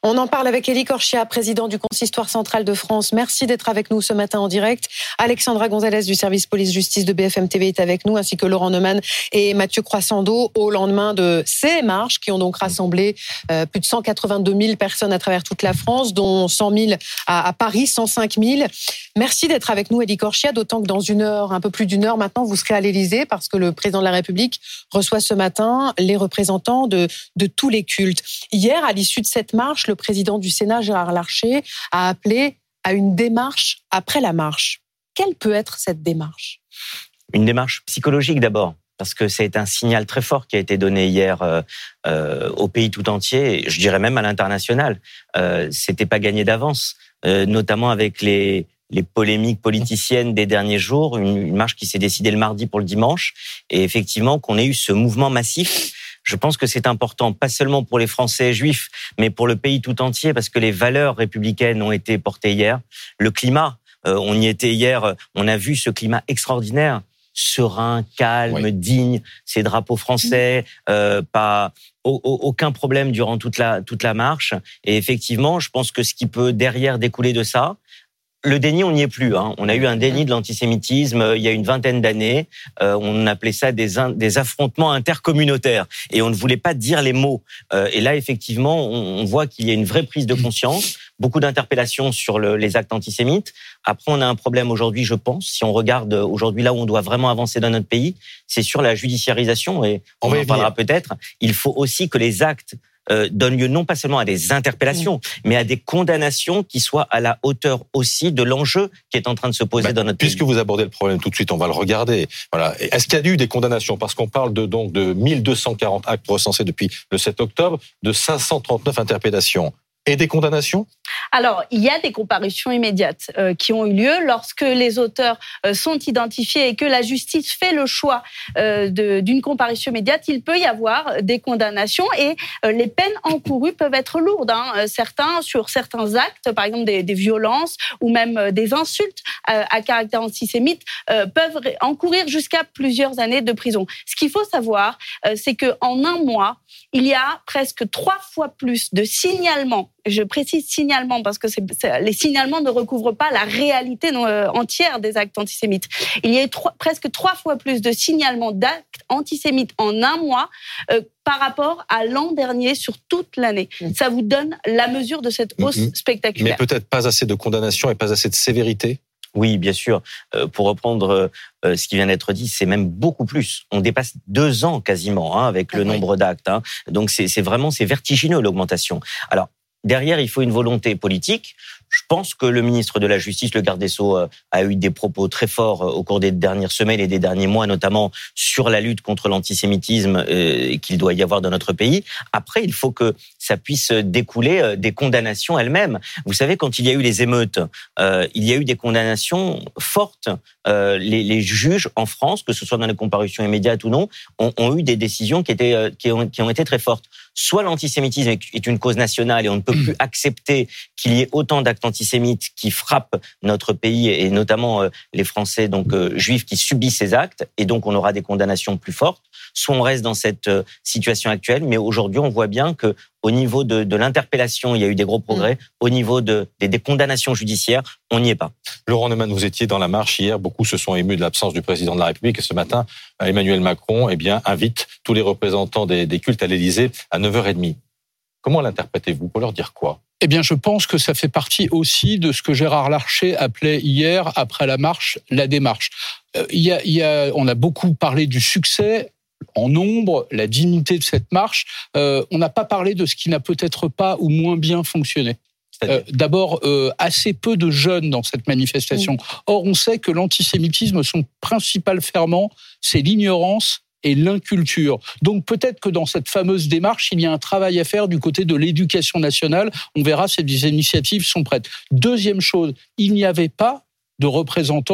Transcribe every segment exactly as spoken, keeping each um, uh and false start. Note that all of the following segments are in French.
On en parle avec Élie Corchia, président du Consistoire central de France. Merci d'être avec nous ce matin en direct. Alexandra Gonzalez du service police-justice de B F M T V est avec nous, ainsi que Laurent Neumann et Mathieu Croissando au lendemain de ces marches qui ont donc rassemblé euh, plus de cent quatre-vingt-deux mille personnes à travers toute la France, dont cent mille à, à Paris, cent cinq mille. Merci d'être avec nous, Élie Corchia, d'autant que dans une heure, un peu plus d'une heure maintenant, vous serez à l'Élysée parce que le président de la République reçoit ce matin les représentants de, de tous les cultes. Hier, à l'issue de cette marche, le président du Sénat, Gérard Larcher, a appelé à une démarche après la marche. Quelle peut être cette démarche ? Une démarche psychologique d'abord, parce que c'est un signal très fort qui a été donné hier euh, euh, au pays tout entier, je dirais même à l'international. Euh, c'était pas gagné d'avance, euh, notamment avec les les polémiques politiciennes des derniers jours, une, une marche qui s'est décidée le mardi pour le dimanche, et effectivement qu'on ait eu ce mouvement massif. Je pense que c'est important, pas seulement pour les Français juifs, mais pour le pays tout entier, parce que les valeurs républicaines ont été portées hier. Le climat, euh, on y était hier, on a vu ce climat extraordinaire, serein, calme, oui. digne, ces drapeaux français, euh, pas au, au, aucun problème durant toute la toute la marche. Et effectivement, je pense que ce qui peut derrière découler de ça, le déni, on n'y est plus. Hein. On a eu un déni de l'antisémitisme euh, il y a une vingtaine d'années. Euh, on appelait ça des, in, des affrontements intercommunautaires. Et on ne voulait pas dire les mots. Euh, et là, effectivement, on, on voit qu'il y a une vraie prise de conscience, beaucoup d'interpellations sur le, les actes antisémites. Après, on a un problème aujourd'hui, je pense, si on regarde aujourd'hui là où on doit vraiment avancer dans notre pays, c'est sur la judiciarisation. Et on, on en parlera peut-être. Il faut aussi que les actes Euh, donne lieu non pas seulement à des interpellations, mmh. mais à des condamnations qui soient à la hauteur aussi de l'enjeu qui est en train de se poser bah, dans notre puisque pays. Puisque vous abordez le problème tout de suite, on va le regarder. Voilà. Est-ce qu'il y a eu des condamnations ? Parce qu'on parle de, donc, de mille deux cent quarante actes recensés depuis le sept octobre, de cinq cent trente-neuf interpellations. Et des condamnations ? Alors, il y a des comparutions immédiates euh, qui ont eu lieu lorsque les auteurs euh, sont identifiés et que la justice fait le choix euh, de, d'une comparution immédiate. Il peut y avoir des condamnations et euh, les peines encourues peuvent être lourdes. Hein. Certains, sur certains actes, par exemple des, des violences ou même euh, des insultes euh, à caractère antisémite, euh, peuvent encourir jusqu'à plusieurs années de prison. Ce qu'il faut savoir, euh, c'est qu'en un mois, il y a presque trois fois plus de signalements. Je précise signalement parce que c'est, c'est, les signalements ne recouvrent pas la réalité euh, entière des actes antisémites. Il y a trois, presque trois fois plus de signalements d'actes antisémites en un mois euh, par rapport à l'an dernier sur toute l'année. Mmh. Ça vous donne la mesure de cette hausse mmh. spectaculaire. Mais peut-être pas assez de condamnation et pas assez de sévérité ? Oui, bien sûr. Euh, pour reprendre euh, ce qui vient d'être dit, c'est même beaucoup plus. On dépasse deux ans quasiment hein, avec le ah, nombre oui. d'actes. Hein. Donc c'est, c'est vraiment c'est vertigineux l'augmentation. Alors derrière, il faut une volonté politique. Je pense que le ministre de la Justice, le garde des Sceaux, a eu des propos très forts au cours des dernières semaines et des derniers mois, notamment sur la lutte contre l'antisémitisme euh, qu'il doit y avoir dans notre pays. Après, il faut que ça puisse découler des condamnations elles-mêmes. Vous savez, quand il y a eu les émeutes, euh, il y a eu des condamnations fortes. Euh, les, les juges en France, que ce soit dans les comparutions immédiates ou non, ont, ont eu des décisions qui étaient, qui ont, qui ont été très fortes. Soit l'antisémitisme est une cause nationale et on ne peut plus accepter qu'il y ait autant d'actes antisémites qui frappent notre pays et notamment les Français donc euh, juifs qui subissent ces actes et donc on aura des condamnations plus fortes. Soit on reste dans cette situation actuelle, mais aujourd'hui on voit bien que au niveau de, de l'interpellation, il y a eu des gros progrès. Mmh. Au niveau de, des, des condamnations judiciaires, on n'y est pas. Laurent Neumann, vous étiez dans la marche hier. Beaucoup se sont émus de l'absence du président de la République. Et ce matin, Emmanuel Macron eh bien, invite tous les représentants des, des cultes à l'Élysée à neuf heures trente. Comment l'interprétez-vous ? Pour leur dire quoi ? Eh bien, je pense que ça fait partie aussi de ce que Gérard Larcher appelait hier, après la marche, la démarche. Euh, il y a, il y a, on a beaucoup parlé du succès en nombre, la dignité de cette marche. Euh, on n'a pas parlé de ce qui n'a peut-être pas ou moins bien fonctionné. Euh, d'abord, euh, assez peu de jeunes dans cette manifestation. Or, on sait que l'antisémitisme, son principal ferment, c'est l'ignorance et l'inculture. Donc peut-être que dans cette fameuse démarche, il y a un travail à faire du côté de l'éducation nationale. On verra si des initiatives sont prêtes. Deuxième chose, il n'y avait pas de représentants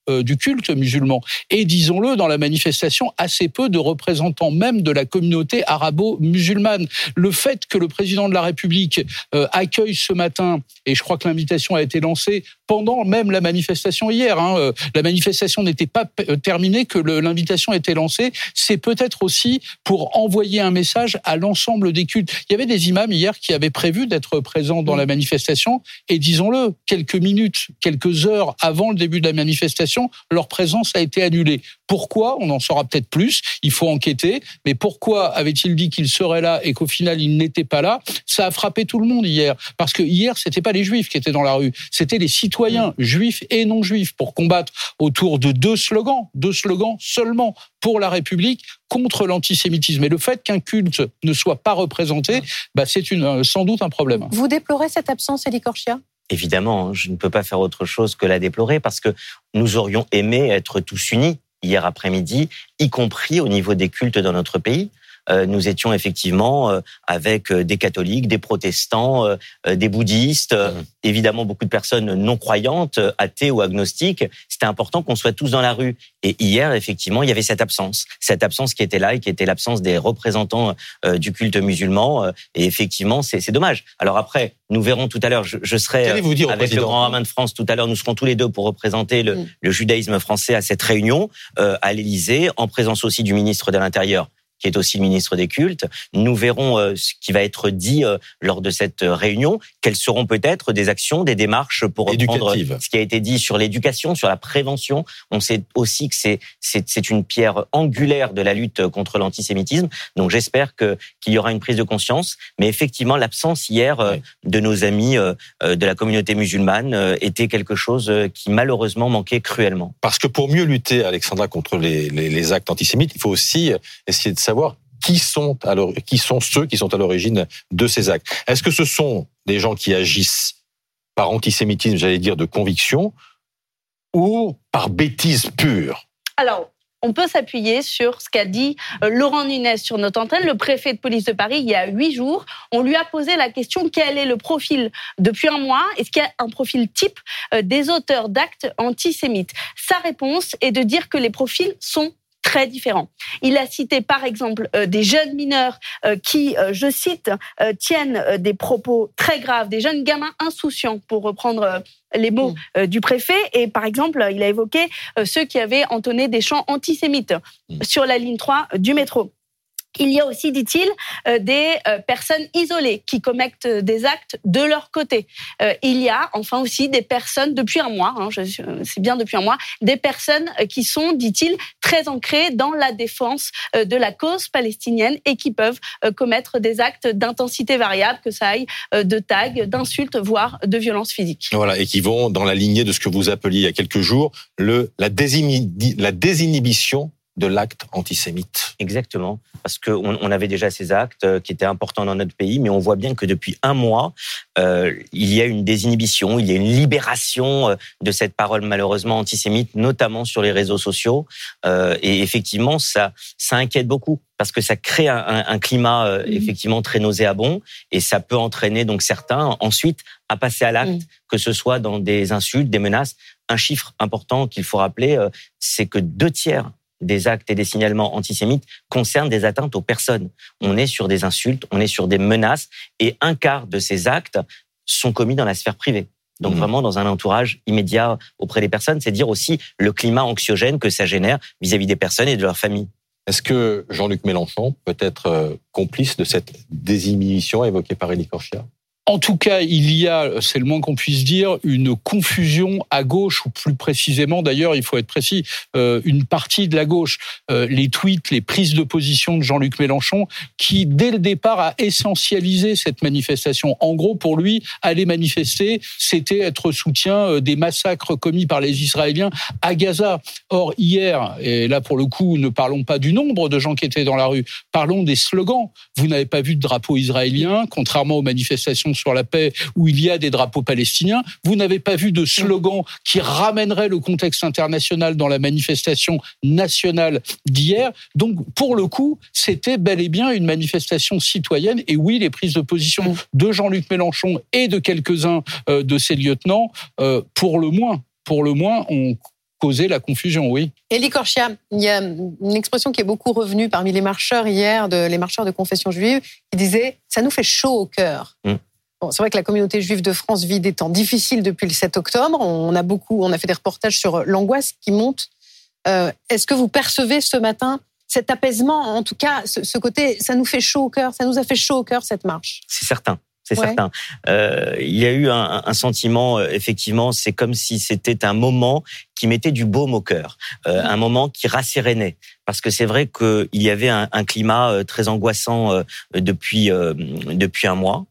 euh, du culte musulman. Et disons-le, dans la manifestation, assez peu de représentants même de la communauté arabo-musulmane. Le fait que le président de la République euh, accueille ce matin, et je crois que l'invitation a été lancée pendant même la manifestation hier, hein, euh, la manifestation n'était pas p- terminée, que le, l'invitation était lancée, c'est peut-être aussi pour envoyer un message à l'ensemble des cultes. Il y avait des imams hier qui avaient prévu d'être présents dans la manifestation, et disons-le, quelques minutes, quelques heures avant le début de la manifestation, leur présence a été annulée. Pourquoi ? On en saura peut-être plus, il faut enquêter, mais pourquoi avait-il dit qu'il serait là et qu'au final il n'était pas là ? Ça a frappé tout le monde hier, parce que hier, c'était pas les juifs qui étaient dans la rue, c'était les citoyens juifs et non juifs pour combattre autour de deux slogans, deux slogans seulement pour la République, contre l'antisémitisme. Et le fait qu'un culte ne soit pas représenté, bah c'est une, sans doute un problème. Vous déplorez cette absence, Élie Korchia ? Évidemment, je ne peux pas faire autre chose que la déplorer parce que nous aurions aimé être tous unis hier après-midi, y compris au niveau des cultes dans notre pays. Euh, nous étions effectivement euh, avec des catholiques, des protestants, euh, des bouddhistes, euh, mmh. évidemment beaucoup de personnes non croyantes, athées ou agnostiques. C'était important qu'on soit tous dans la rue. Et hier, effectivement, il y avait cette absence. Cette absence qui était là et qui était l'absence des représentants euh, du culte musulman. Euh, et effectivement, c'est, c'est dommage. Alors après, nous verrons tout à l'heure, je, je serai euh, avec le Grand Rabbin de France tout à l'heure, nous serons tous les deux pour représenter le, mmh. le judaïsme français à cette réunion euh, à l'Élysée, en présence aussi du ministre de l'Intérieur, qui est aussi le ministre des cultes. Nous verrons euh, ce qui va être dit euh, lors de cette réunion, quelles seront peut-être des actions, des démarches pour reprendre ce qui a été dit sur l'éducation, sur la prévention. On sait aussi que c'est, c'est, c'est une pierre angulaire de la lutte contre l'antisémitisme. Donc j'espère que, qu'il y aura une prise de conscience. Mais effectivement, l'absence hier euh, oui. de nos amis euh, de la communauté musulmane euh, était quelque chose qui malheureusement manquait cruellement. Parce que pour mieux lutter, Alexandra, contre les, les, les actes antisémites, il faut aussi essayer de savoir qui sont, à qui sont ceux qui sont à l'origine de ces actes. Est-ce que ce sont des gens qui agissent par antisémitisme, j'allais dire, de conviction, ou par bêtise pure ? Alors, on peut s'appuyer sur ce qu'a dit Laurent Nunez sur notre antenne, le préfet de police de Paris, il y a huit jours. On lui a posé la question, quel est le profil depuis un mois ? Est-ce qu'il y a un profil type des auteurs d'actes antisémites ? Sa réponse est de dire que les profils sont très différents. Il a cité par exemple euh, des jeunes mineurs euh, qui, euh, je cite, euh, tiennent euh, des propos très graves, des jeunes gamins insouciants, pour reprendre euh, les mots euh, du préfet. Et par exemple, il a évoqué euh, ceux qui avaient entonné des chants antisémites mmh. sur la ligne trois du métro. Il y a aussi, dit-il, euh, des euh, personnes isolées qui commettent des actes de leur côté. Euh, il y a enfin aussi des personnes, depuis un mois, hein, je, c'est bien depuis un mois, des personnes qui sont, dit-il, très ancrées dans la défense euh, de la cause palestinienne et qui peuvent euh, commettre des actes d'intensité variable, que ça aille euh, de tags, d'insultes, voire de violences physiques. Voilà, et qui vont dans la lignée de ce que vous appeliez il y a quelques jours le, la, désinhibi- la désinhibition de l'acte antisémite. Exactement, parce qu'on on avait déjà ces actes qui étaient importants dans notre pays, mais on voit bien que depuis un mois, euh, il y a une désinhibition, il y a une libération de cette parole malheureusement antisémite, notamment sur les réseaux sociaux. Euh, et effectivement, ça, ça inquiète beaucoup, parce que ça crée un, un, un climat euh, mmh. effectivement très nauséabond, et ça peut entraîner donc certains ensuite à passer à l'acte, mmh. que ce soit dans des insultes, des menaces. Un chiffre important qu'il faut rappeler, euh, c'est que deux tiers des actes et des signalements antisémites concernent des atteintes aux personnes. On est sur des insultes, on est sur des menaces, et un quart de ces actes sont commis dans la sphère privée. Donc mmh. vraiment dans un entourage immédiat auprès des personnes, c'est dire aussi le climat anxiogène que ça génère vis-à-vis des personnes et de leur famille. Est-ce que Jean-Luc Mélenchon peut être complice de cette désinhibition évoquée par Élie Korchia ? En tout cas, il y a, c'est le moins qu'on puisse dire, une confusion à gauche, ou plus précisément, d'ailleurs, il faut être précis, euh, une partie de la gauche. Euh, les tweets, les prises de position de Jean-Luc Mélenchon, qui, dès le départ, a essentialisé cette manifestation. En gros, pour lui, aller manifester, c'était être soutien des massacres commis par les Israéliens à Gaza. Or, hier, et là, pour le coup, ne parlons pas du nombre de gens qui étaient dans la rue, parlons des slogans. Vous n'avez pas vu de drapeau israélien, contrairement aux manifestations sur la paix où il y a des drapeaux palestiniens. Vous n'avez pas vu de slogan qui ramènerait le contexte international dans la manifestation nationale d'hier. Donc, pour le coup, c'était bel et bien une manifestation citoyenne. Et oui, les prises de position de Jean-Luc Mélenchon et de quelques-uns de ses lieutenants, pour le moins, pour le moins, ont causer la confusion, oui. Elie Korchia, il y a une expression qui est beaucoup revenue parmi les marcheurs hier, de, les marcheurs de confession juive, qui disait « ça nous fait chaud au cœur mm. ». Bon, c'est vrai que la communauté juive de France vit des temps difficiles depuis le sept octobre. On a beaucoup, on a fait des reportages sur l'angoisse qui monte. Euh, est-ce que vous percevez ce matin cet apaisement, en tout cas, ce, ce côté, ça nous fait chaud au cœur, ça nous a fait chaud au cœur cette marche? C'est certain. C'est ouais. certain. Euh, il y a eu un, un sentiment, effectivement, c'est comme si c'était un moment qui mettait du baume au cœur, euh, un moment qui rassérénait. Parce que c'est vrai qu'il y avait un, un climat très angoissant euh, depuis euh, depuis un mois.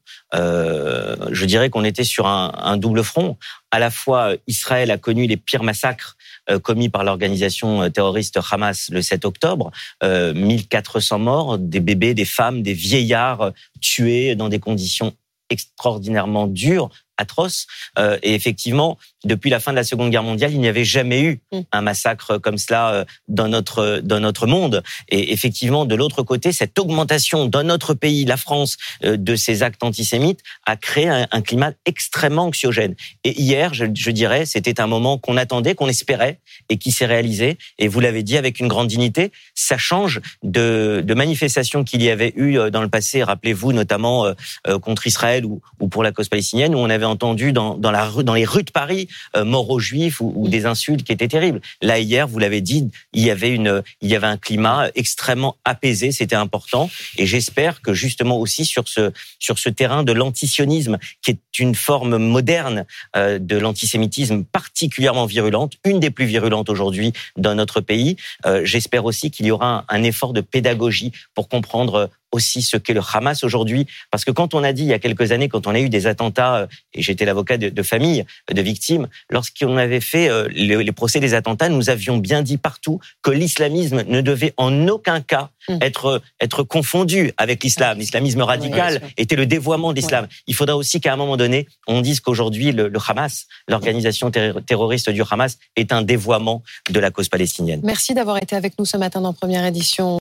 Euh, je dirais qu'on était sur un, un double front. À la fois, Israël a connu les pires massacres euh, commis par l'organisation terroriste Hamas le sept octobre. Euh, mille quatre cents morts, des bébés, des femmes, des vieillards tués dans des conditions extraordinairement dures, atroces. Euh, et effectivement, depuis la fin de la Seconde Guerre mondiale, il n'y avait jamais eu un massacre comme cela dans notre dans notre monde. Et effectivement, de l'autre côté, cette augmentation dans notre pays, la France, de ces actes antisémites a créé un, un climat extrêmement anxiogène. Et hier, je, je dirais, c'était un moment qu'on attendait, qu'on espérait et qui s'est réalisé. Et vous l'avez dit avec une grande dignité, ça change de, de manifestations qu'il y avait eu dans le passé. Rappelez-vous, notamment euh, contre Israël ou, ou pour la cause palestinienne, où on avait entendu dans, dans, la rue, dans les rues de Paris euh, mort aux Juifs ou, ou des insultes qui étaient terribles. Là, hier, vous l'avez dit, il y avait une, il y avait un climat extrêmement apaisé. C'était important. Et j'espère que justement aussi sur ce, sur ce terrain de l'antisionisme, qui est une forme moderne euh, de l'antisémitisme particulièrement virulente, une des plus virulentes aujourd'hui dans notre pays, euh, j'espère aussi qu'il y aura un, un effort de pédagogie pour comprendre aussi ce qu'est le Hamas aujourd'hui. Parce que quand on a dit il y a quelques années, quand on a eu des attentats, et j'étais l'avocat de, de famille, de victimes, lorsqu'on avait fait les, les procès des attentats, nous avions bien dit partout que l'islamisme ne devait en aucun cas mmh. être, être confondu avec l'islam. L'islamisme radical oui, était le dévoiement de l'islam. Oui. Il faudra aussi qu'à un moment donné, on dise qu'aujourd'hui, le, le Hamas, l'organisation terroriste du Hamas, est un dévoiement de la cause palestinienne. Merci d'avoir été avec nous ce matin dans Première Édition.